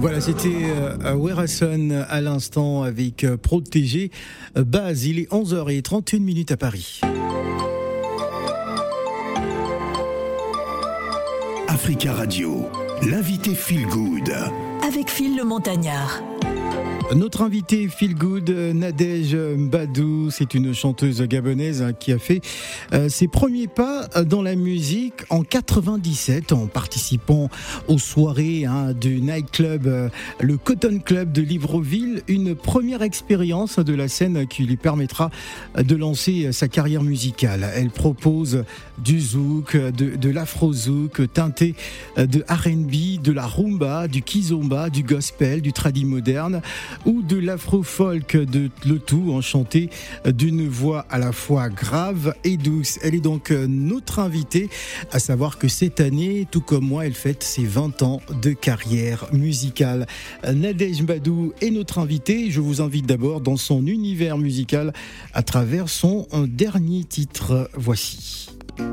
Voilà, c'était Werason à l'instant avec Protégé. Base, il est 11h31 à Paris. Africa Radio, l'invité Feel Good. Avec Phil le Montagnard. Notre invitée Feel Good, Nadège Mbadou, c'est une chanteuse gabonaise qui a fait ses premiers pas dans la musique en 97 en participant aux soirées du nightclub, le Cotton Club de Libreville, une première expérience de la scène qui lui permettra de lancer sa carrière musicale. Elle propose du zouk, de l'afro-zouk teinté de R&B, de la rumba, du kizomba, du gospel, du tradi moderne ou de l'afro-folk, le tout enchanté d'une voix à la fois grave et douce. Elle est donc notre invitée, à savoir que cette année, tout comme moi, elle fête ses 20 ans de carrière musicale. Nadège Mbadou est notre invitée. Je vous invite d'abord dans son univers musical à travers son dernier titre. Voici.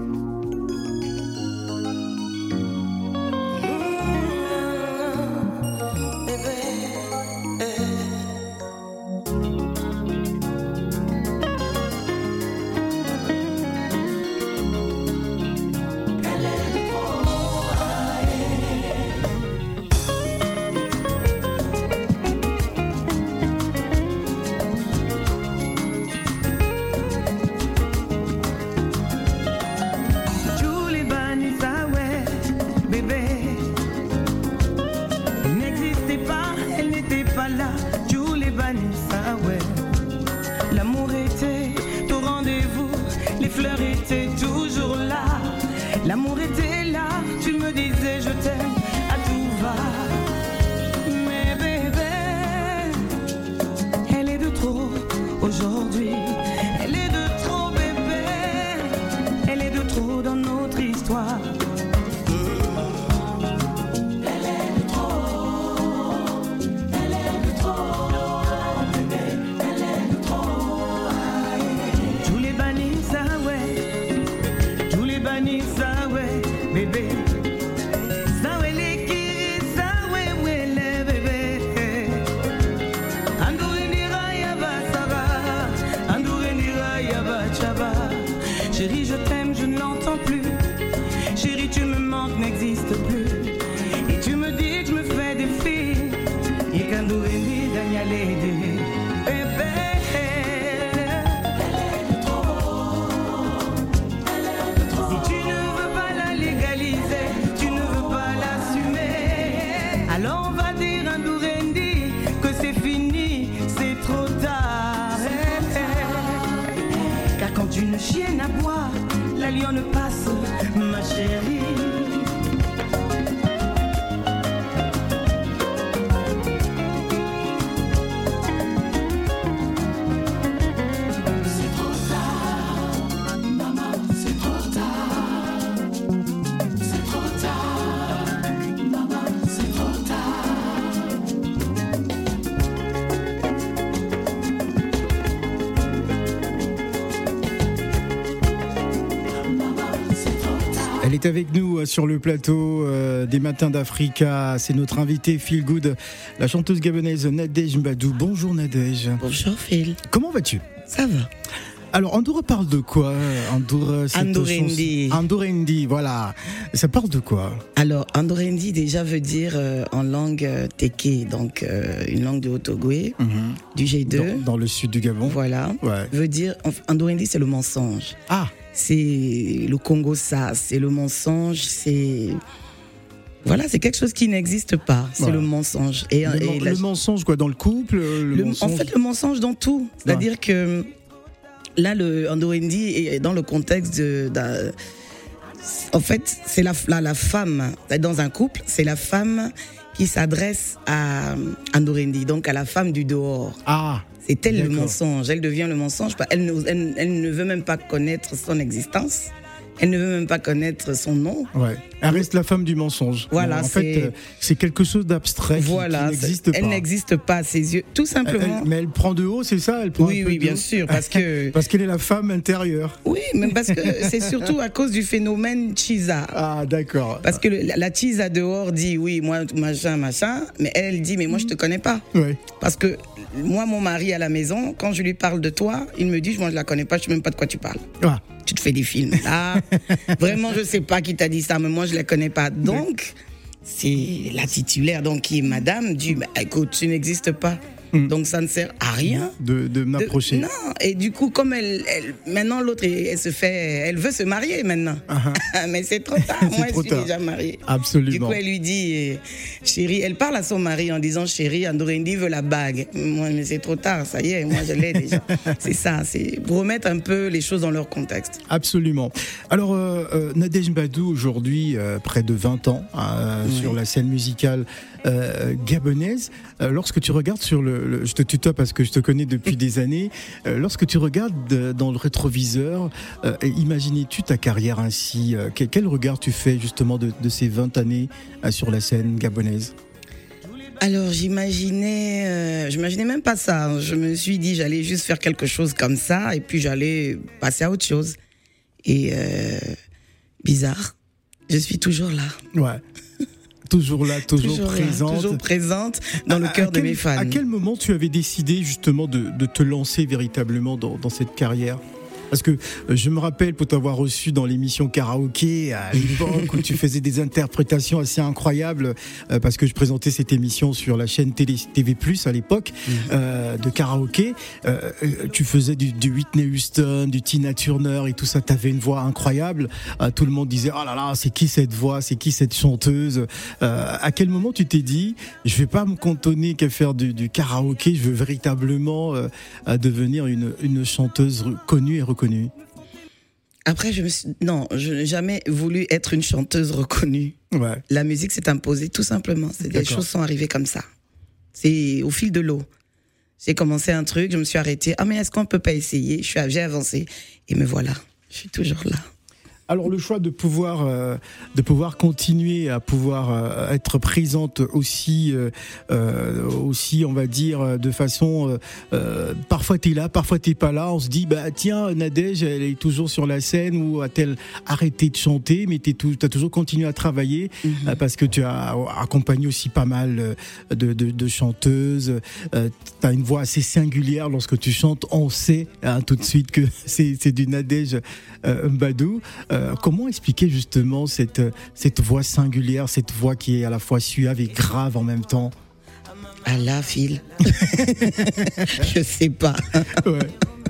Chérie, je t'aime, je ne l'entends plus. Chérie, tu me manques, n'existe plus. Et tu me dis que je me fais des filles. Et quand nous venons d'aller si tu ne veux pas la légaliser, tu ne veux pas l'assumer, alors on va dire à Ndourendi que c'est fini, c'est trop tard. Car quand une chienne aboie, la lionne passe, ma chérie. Elle est avec nous sur le plateau des Matins d'Africa. C'est notre invitée Feel Good, la chanteuse gabonaise Nadège Mbadou. Bonjour Nadège. Bonjour Phil. Comment vas-tu? Ça va. Alors Andoura parle de quoi? Andourendi. Andourendi, voilà. Ça parle de quoi? Alors Andourendi déjà veut dire en langue téké, donc une langue de Haut-Ogooué, du G2. Dans le sud du Gabon. Voilà. Ouais. Veut dire, Andourendi c'est le mensonge. Ah. C'est le Congo, ça, c'est le mensonge, c'est... Voilà, c'est quelque chose qui n'existe pas, c'est le mensonge. Et le mensonge quoi, dans le couple En fait, le mensonge dans tout. C'est-à-dire que là, le Andourendi est dans le contexte en fait, c'est la femme, dans un couple, c'est la femme qui s'adresse à Andourendi, donc à la femme du dehors. Ah. C'est elle le mensonge, elle devient le mensonge. Elle ne veut même pas connaître son existence, elle ne veut même pas connaître son nom. Ouais. Elle reste la femme du mensonge. Voilà, en fait, c'est quelque chose d'abstrait qui n'existe pas. Elle n'existe pas à ses yeux, tout simplement. Mais elle prend de haut, c'est ça, elle prend Oui, bien sûr, parce que parce qu'elle est la femme intérieure. Oui, mais parce que c'est surtout à cause du phénomène Chiza. Ah, d'accord. Parce que la Chiza dehors dit oui, moi machin, mais elle dit mais moi je te connais pas. Ouais. Parce que moi mon mari à la maison, quand je lui parle de toi, il me dit moi je la connais pas, je sais même pas de quoi tu parles. Ah. Tu te fais des films. Ah, vraiment, je sais pas qui t'a dit ça, mais moi, je la connais pas. Donc, c'est la titulaire, donc qui est madame, dit, bah, écoute, tu n'existes pas. Donc, ça ne sert à rien de m'approcher. Non, et du coup, comme elle maintenant, l'autre, elle veut se marier maintenant. Mais c'est trop tard. Moi, je suis déjà mariée. Absolument. Du coup, elle lui dit, chérie, elle parle à son mari en disant, chérie, Andorendi veut la bague. Moi, mais c'est trop tard, ça y est, moi, je l'ai déjà. C'est ça, c'est pour remettre un peu les choses dans leur contexte. Absolument. Alors, Nadège Mbadou, aujourd'hui, près de 20 ans, sur la scène musicale gabonaise. Lorsque tu regardes sur je te tutoie parce que je te connais depuis des années. Lorsque tu regardes dans le rétroviseur, imaginais-tu ta carrière ainsi? Quel regard tu fais justement de ces 20 années sur la scène gabonaise? Alors j'imaginais même pas ça. Je me suis dit j'allais juste faire quelque chose comme ça et puis j'allais passer à autre chose. Et bizarre, je suis toujours là. Ouais. Toujours là, toujours présente. Toujours présente dans le cœur de mes fans. À quel moment tu avais décidé justement de te lancer véritablement dans cette carrière ? Parce que je me rappelle pour t'avoir reçu dans l'émission Karaoké à l'époque où tu faisais des interprétations assez incroyables parce que je présentais cette émission sur la chaîne TV+ à l'époque de Karaoké. Tu faisais du Whitney Houston, du Tina Turner et tout ça. T'avais une voix incroyable. Tout le monde disait oh là là, c'est qui cette voix, c'est qui cette chanteuse. À quel moment tu t'es dit je vais pas me cantonner qu'à faire du karaoké, je veux véritablement devenir une chanteuse connue et reconnue? Après, je n'ai jamais voulu être une chanteuse reconnue. Ouais. La musique s'est imposée, tout simplement. Les choses sont arrivées comme ça. C'est au fil de l'eau. J'ai commencé un truc, je me suis arrêtée. Ah, mais est-ce qu'on ne peut pas essayer? J'ai avancé. Et me voilà, je suis toujours là. Alors le choix de pouvoir continuer à pouvoir être présente aussi on va dire de façon parfois t'es là, parfois t'es pas là, on se dit bah tiens Nadège elle est toujours sur la scène ou a-t-elle arrêté de chanter, mais t'as toujours continué à travailler parce que tu as accompagné aussi pas mal de chanteuses, t'as une voix assez singulière lorsque tu chantes, on sait tout de suite que c'est du Nadège Mbadou. Comment expliquer justement cette voix singulière, cette voix qui est à la fois suave et grave en même temps? À la file. Je sais pas. Ouais.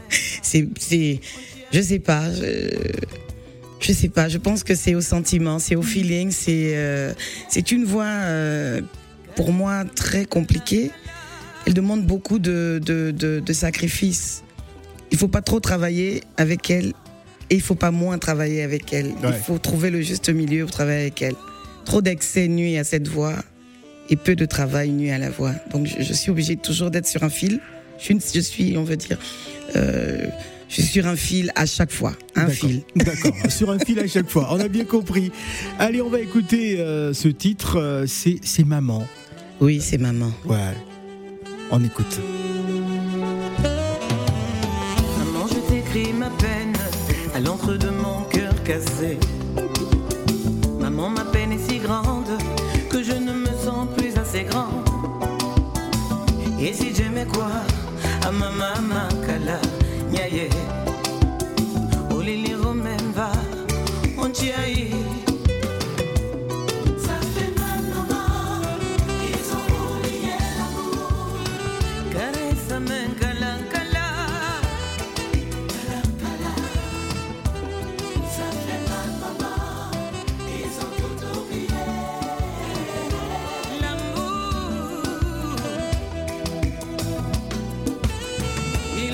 Je sais pas. Je sais pas. Je pense que c'est au sentiment, c'est au feeling. C'est une voix pour moi très compliquée. Elle demande beaucoup de sacrifices. Il faut pas trop travailler avec elle. Et il ne faut pas moins travailler avec elle. Ouais. Il faut trouver le juste milieu pour travailler avec elle. Trop d'excès nuit à cette voix et peu de travail nuit à la voix. Donc je suis obligée toujours d'être sur un fil. Je suis, on veut dire, je suis sur un fil à chaque fois. Fil. D'accord, sur un fil à chaque fois. On a bien compris. Allez, on va écouter ce titre. C'est Maman. Oui, c'est Maman. Ouais. On écoute. Maman, je t'écris ma peine à l'encre de mon cœur cassé. Maman, ma peine est si grande que je ne me sens plus assez grand. Et si j'aimais quoi à ma maman kala nyaye olili romaine va on chiaï. Ça fait mal maman, ils ont oublié l'amour. Caresse sa main kala kala.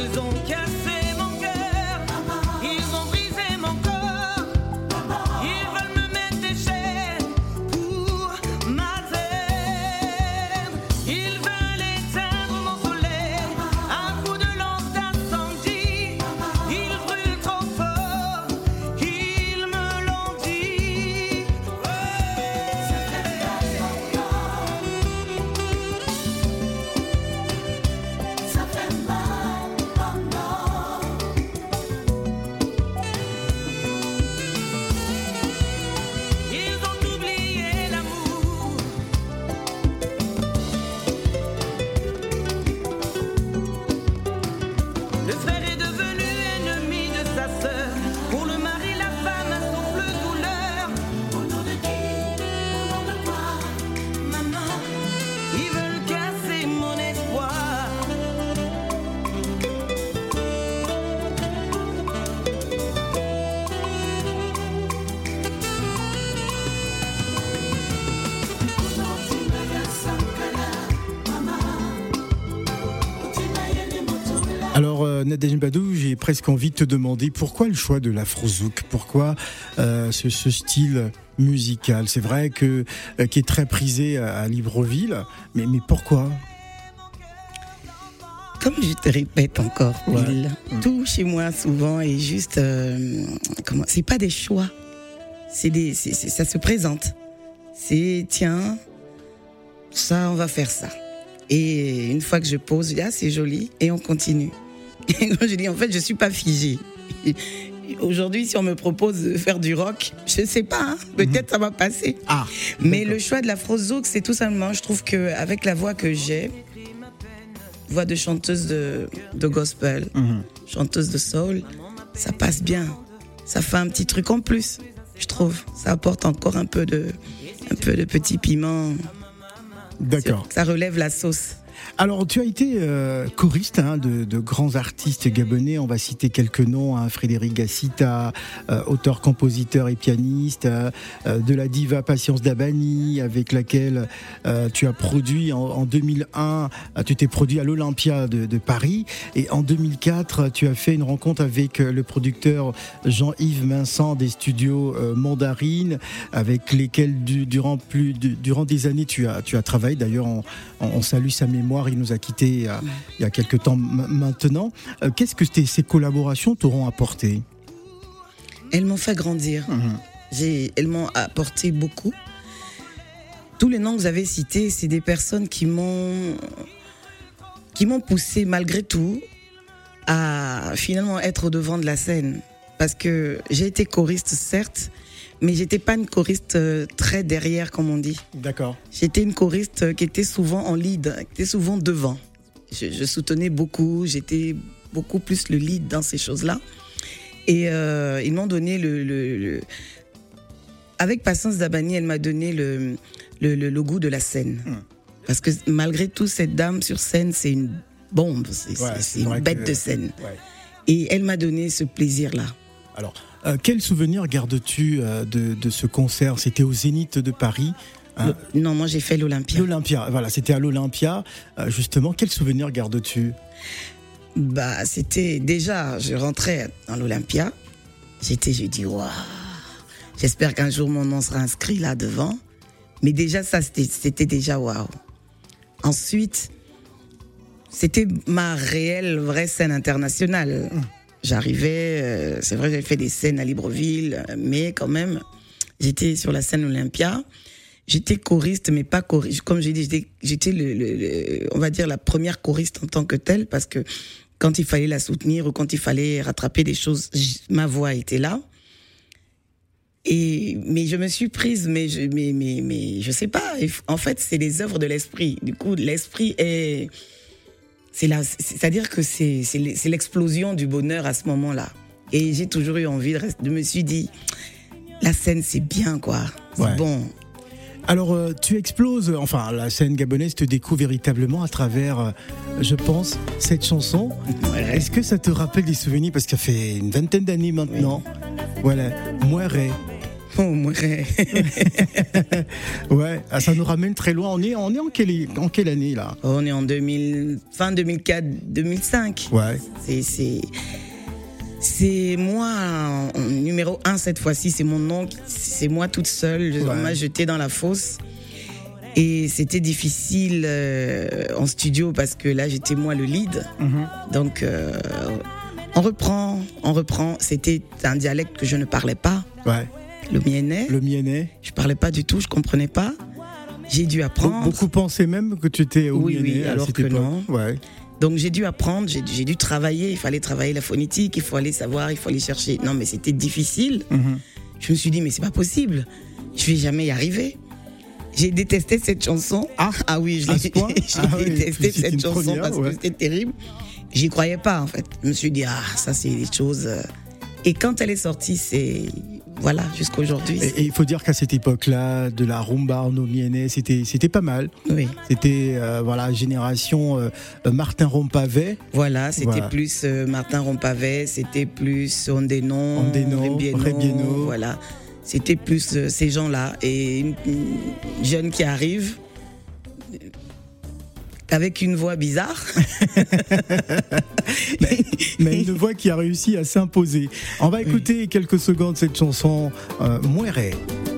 Ils ont brisé mon corps, ils Alors Nadège Mbadou, j'ai presque envie de te demander pourquoi le choix de l'afrozouk, pourquoi ce style musical. C'est vrai que qui est très prisé à Libreville, mais pourquoi? Comme je te répète encore, Will, tout chez moi souvent est juste c'est pas des choix, ça se présente. C'est tiens, ça on va faire ça. Et une fois que je pose, je dis c'est joli et on continue. Et quand je dis en fait je suis pas figée. Aujourd'hui, si on me propose de faire du rock, je sais pas, peut-être ça va passer. Mais le choix de l'afrozouk, c'est tout simplement, je trouve qu'avec la voix que j'ai, voix de chanteuse de gospel, chanteuse de soul, ça passe bien. Ça fait un petit truc en plus, je trouve. Ça apporte encore un peu de petit piment. D'accord. Ça relève la sauce. Alors, tu as été choriste de grands artistes gabonais. On va citer quelques noms, Frédéric Gassita, auteur, compositeur et pianiste, de la diva Patience Dabani, avec laquelle tu as produit en 2001. Tu t'es produit à l'Olympia de Paris. Et en 2004, tu as fait une rencontre avec le producteur Jean-Yves Vincent des studios Mandarine, avec lesquels durant des années tu as travaillé. D'ailleurs, on salue sa mémoire. Il nous a quittés il y a quelques temps maintenant. Qu'est-ce que ces collaborations t'auront apporté? Elles m'ont fait grandir. Elles m'ont apporté beaucoup. Tous les noms que vous avez cités, c'est des personnes qui m'ont poussé malgré tout à finalement être au devant de la scène. Parce que j'ai été choriste, certes, mais j'étais pas une choriste très derrière, comme on dit. D'accord. J'étais une choriste qui était souvent en lead, qui était souvent devant. Je soutenais beaucoup, j'étais beaucoup plus le lead dans ces choses-là. Et ils m'ont donné avec Patience Dabani, elle m'a donné le goût de la scène. Parce que malgré tout, cette dame sur scène, c'est une bombe, c'est une bête de scène. Ouais. Et elle m'a donné ce plaisir-là. Alors, quel souvenir gardes-tu de ce concert? C'était au Zénith de Paris. Non, moi j'ai fait l'Olympia. L'Olympia, voilà, c'était à l'Olympia. Justement, quel souvenir gardes-tu? C'était déjà, je rentrais dans l'Olympia. Je dis, waouh, j'espère qu'un jour mon nom sera inscrit là devant. Mais déjà, ça, c'était déjà waouh. Ensuite, c'était ma vraie scène internationale. J'arrivais, c'est vrai, j'avais fait des scènes à Libreville, mais quand même, j'étais sur la scène Olympia. J'étais choriste, mais pas choriste. Comme j'ai dit, j'étais on va dire la première choriste en tant que telle, parce que quand il fallait la soutenir ou quand il fallait rattraper des choses, ma voix était là. Mais je me suis prise, mais je sais pas. En fait, c'est les œuvres de l'esprit. Du coup, l'esprit est, c'est-à-dire que c'est l'explosion du bonheur à ce moment-là. Et j'ai toujours eu envie de me suis dit, la scène c'est bien quoi, c'est bon. Alors tu exploses, enfin la scène gabonaise te découvre véritablement à travers, je pense, cette chanson. Ouais. Est-ce que ça te rappelle des souvenirs, parce que ça fait une vingtaine d'années maintenant? Voilà, Mouéré. Oh, Mouéré. Ouais, ça nous ramène très loin. On est en quelle année là? On est en fin 2004, 2005. Ouais. C'est moi, numéro 1 cette fois-ci, c'est mon nom, c'est moi toute seule. On m'a jetée dans la fosse. Et c'était difficile en studio parce que là, j'étais moi le lead. Donc, on reprend. C'était un dialecte que je ne parlais pas. Ouais. Le miennais. Je parlais pas du tout, je comprenais pas. J'ai dû apprendre. Beaucoup pensaient même que tu étais au miennais. Oui, alors que non. Ouais. Donc j'ai dû apprendre, j'ai dû travailler, il fallait travailler la phonétique, il fallait savoir, il fallait chercher. Non mais c'était difficile. Je me suis dit mais c'est pas possible, je vais jamais y arriver. J'ai détesté cette chanson. Ah oui, j'ai détesté cette chanson parce que c'était terrible. J'y croyais pas en fait. Je me suis dit ça c'est des choses. Et quand elle est sortie, c'est voilà, jusqu'à aujourd'hui. Et il faut dire qu'à cette époque-là, de la rumba en Omienais, c'était pas mal. Oui. C'était génération Martin Rompavet. Voilà, c'était plus Martin Rompavet, c'était plus Ondeno, Rebieno, voilà. C'était plus ces gens-là. Et une jeune qui arrive, avec une voix bizarre. mais une voix qui a réussi à s'imposer. On va écouter quelques secondes cette chanson, Muere.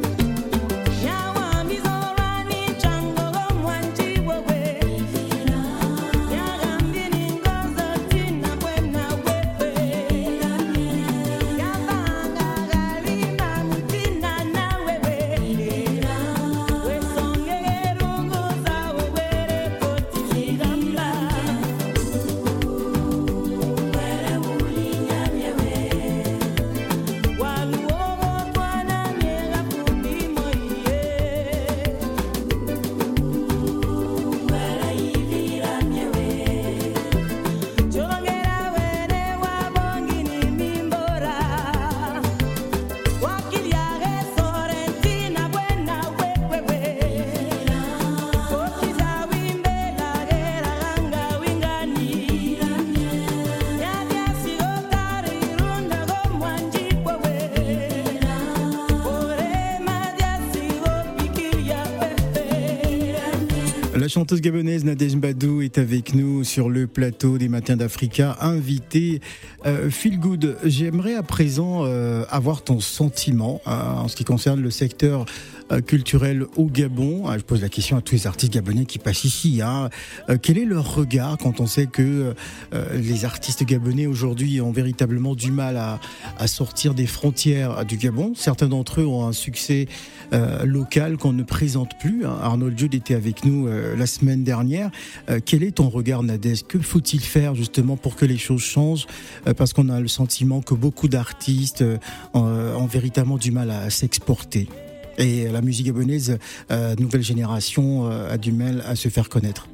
La chanteuse gabonaise Nadège Mbadou est avec nous sur le plateau des Matins d'Africa, invitée Feel Good. J'aimerais à présent avoir ton sentiment en ce qui concerne le secteur culturel au Gabon. Je pose la question à tous les artistes gabonais qui passent ici. Quel est leur regard quand on sait que les artistes gabonais aujourd'hui ont véritablement du mal à sortir des frontières du Gabon? Certains d'entre eux ont un succès local qu'on ne présente plus. Arnold Jude était avec nous la semaine dernière. Quel est ton regard, Nadège? Que faut-il faire justement pour que les choses changent? Parce qu'on a le sentiment que beaucoup d'artistes ont véritablement du mal à s'exporter. Et la musique gabonaise, nouvelle génération, a du mal à se faire connaître.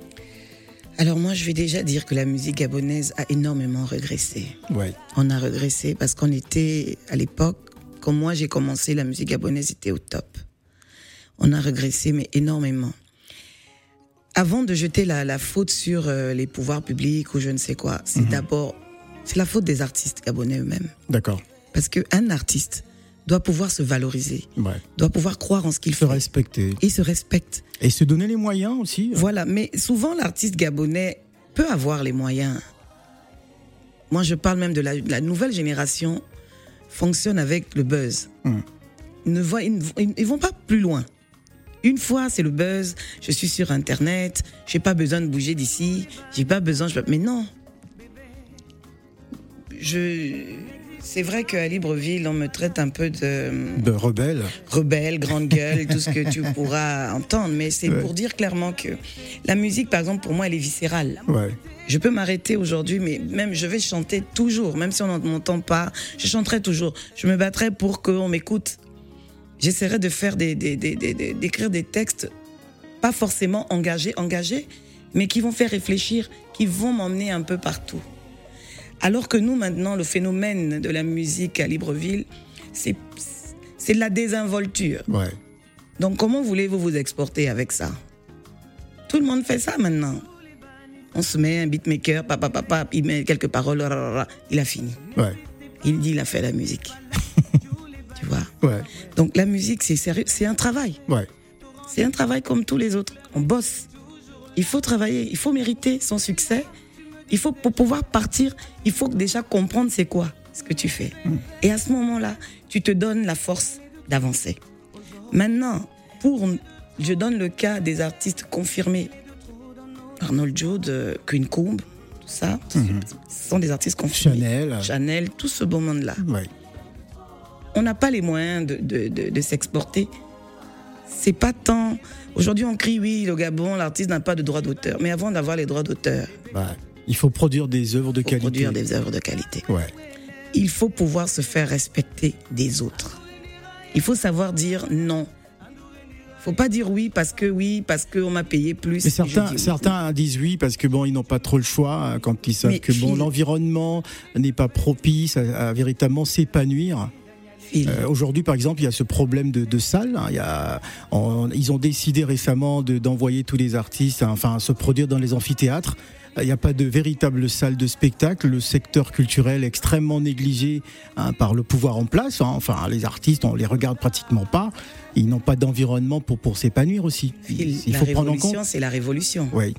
Alors moi, je vais déjà dire que la musique gabonaise a énormément régressé. Ouais. On a régressé parce qu'on était, à l'époque, quand moi j'ai commencé, la musique gabonaise était au top. On a régressé, mais énormément. Avant de jeter la faute sur les pouvoirs publics ou je ne sais quoi, c'est d'abord, c'est la faute des artistes gabonais eux-mêmes. D'accord. Parce qu'un artiste doit pouvoir se valoriser, doit pouvoir croire en ce qu'il fait. Se respecter. Il se respecte. Et se donner les moyens aussi. Voilà, mais souvent l'artiste gabonais peut avoir les moyens. Moi je parle même de la nouvelle génération fonctionne avec le buzz. Ils ne vont pas plus loin. Une fois c'est le buzz, je suis sur internet, j'ai pas besoin de bouger d'ici, j'ai pas besoin... Mais non. C'est vrai qu'à Libreville, on me traite un peu de rebelle. Rebelle, grande gueule, tout ce que tu pourras entendre. Mais c'est pour dire clairement que la musique, par exemple, pour moi, elle est viscérale. Ouais. Je peux m'arrêter aujourd'hui, mais même je vais chanter toujours. Même si on ne m'entend pas, je chanterai toujours. Je me battrai pour qu'on m'écoute. J'essaierai de faire d'écrire des textes, pas forcément engagés, mais qui vont faire réfléchir, qui vont m'emmener un peu partout. Alors que nous, maintenant, le phénomène de la musique à Libreville, c'est de la désinvolture. Ouais. Donc, comment voulez-vous vous exporter avec ça? Tout le monde fait ça maintenant. On se met un beatmaker, il met quelques paroles, il a fini. Ouais. Il dit, il a fait la musique. Tu vois? Ouais. Donc, la musique, c'est sérieux, c'est un travail. Ouais. C'est un travail comme tous les autres. On bosse. Il faut travailler, il faut mériter son succès. Il faut, pour pouvoir partir, il faut déjà comprendre c'est quoi ce que tu fais. Et à ce moment-là, tu te donnes la force d'avancer. Maintenant, je donne le cas des artistes confirmés. Arnold Jude, Queen Coombe, tout ça, ce sont des artistes confirmés. Chanel, tout ce beau monde-là. Ouais. On n'a pas les moyens de s'exporter. C'est pas tant... Aujourd'hui, on crie, oui, le Gabon, l'artiste n'a pas de droit d'auteur. Mais avant d'avoir les droits d'auteur... il faut produire des œuvres de qualité. Produire des œuvres de qualité. Ouais. Il faut pouvoir se faire respecter des autres. Il faut savoir dire non. Il ne faut pas dire oui parce qu'on m'a payé plus. Mais certains disent oui parce que ils n'ont pas trop le choix quand ils savent que l'environnement n'est pas propice à véritablement s'épanouir. Aujourd'hui, par exemple, il y a ce problème de salles. Ils ont décidé récemment d'envoyer tous les artistes se produire dans les amphithéâtres. Il n'y a pas de véritable salle de spectacle. Le secteur culturel est extrêmement négligé par le pouvoir en place. Les artistes, on les regarde pratiquement pas. Ils n'ont pas d'environnement pour s'épanouir aussi. Il faut prendre en compte. C'est la révolution. Oui.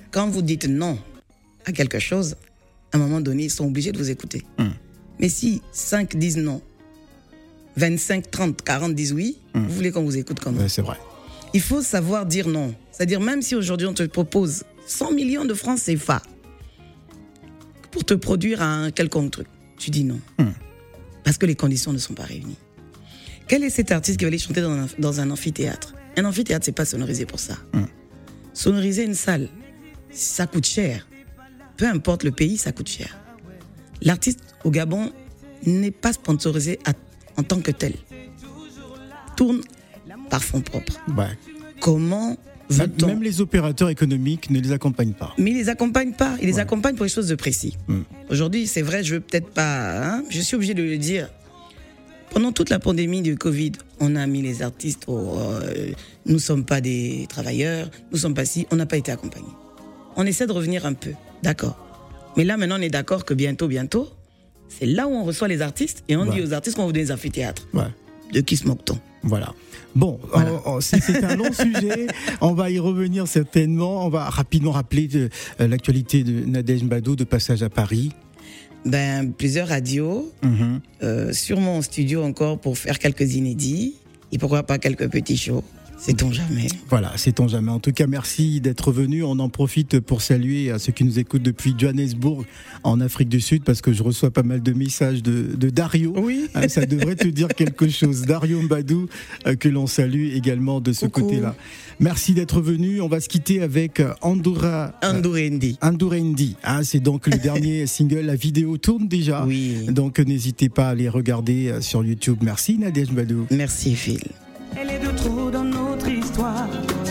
quand vous dites non à quelque chose, à un moment donné, ils sont obligés de vous écouter. Mais si 5 disent non, 25, 30, 40 disent oui, vous voulez qu'on vous écoute comment? C'est vrai. Il faut savoir dire non. C'est-à-dire, même si aujourd'hui on te propose 100 millions de francs CFA pour te produire un quelconque truc, tu dis non. Parce que les conditions ne sont pas réunies. Quel est cet artiste qui va aller chanter dans un amphithéâtre? Un amphithéâtre, c'est pas sonorisé pour ça. Sonoriser une salle, ça coûte cher. Peu importe le pays, ça coûte cher. L'artiste au Gabon n'est pas sponsorisé en tant que tel. Tourne par fonds propres. Ouais. Comment veut-on... Même les opérateurs économiques ne les accompagnent pas. Mais ils les accompagnent pas. Ils les accompagnent pour des choses de précis. Aujourd'hui, c'est vrai, je veux peut-être pas... je suis obligé de le dire. Pendant toute la pandémie du Covid, on a mis les artistes nous ne sommes pas des travailleurs, nous ne sommes pas si... On n'a pas été accompagnés. On essaie de revenir un peu, d'accord. Mais là, maintenant, on est d'accord que bientôt, c'est là où on reçoit les artistes et on dit aux artistes qu'on veut des amphithéâtres. De qui se moque-t-on? Voilà. Bon, c'est un long sujet. On va y revenir certainement. On va rapidement rappeler l'actualité de Nadège Mbadou, de passage à Paris. Plusieurs radios, sûrement en studio encore pour faire quelques inédits et pourquoi pas quelques petits shows. Sait-on jamais. Voilà, sait-on jamais. En tout cas, merci d'être venu. On en profite pour saluer à ceux qui nous écoutent depuis Johannesburg, en Afrique du Sud, parce que je reçois pas mal de messages de Dario. Oui. Ça devrait te dire quelque chose. Dario Mbadou, que l'on salue également de ce côté-là. Merci d'être venu. On va se quitter avec Andourendi. Andourendi. C'est donc le dernier single. La vidéo tourne déjà. Oui. Donc, n'hésitez pas à les regarder sur YouTube. Merci, Nadège Mbadou. Merci, Phil. Elle est de trop dans notre histoire.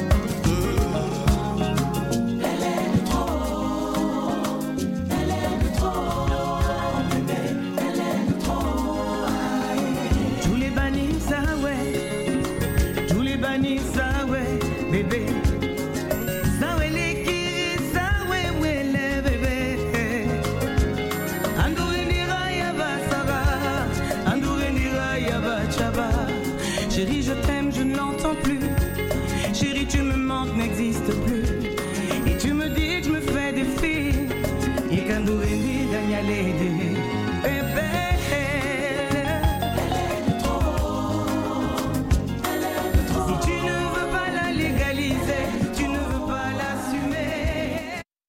Elle est de trop. Elle est de trop. Bébé, elle est de trop. Tous les bannis, ça ouais. Tous les bannis, ça ouais. Bébé. Ça ouais, les qui, ça ouais, ouais, les bébés. Andourenira, yaba, sara. Andourenira, yaba, chaba. Chérie, je t'aime, je ne l'entends plus. Chérie, tu me manques, n'existe plus. Et tu me dis que je me fais des filles. Et qu'un doux et daniel bébé.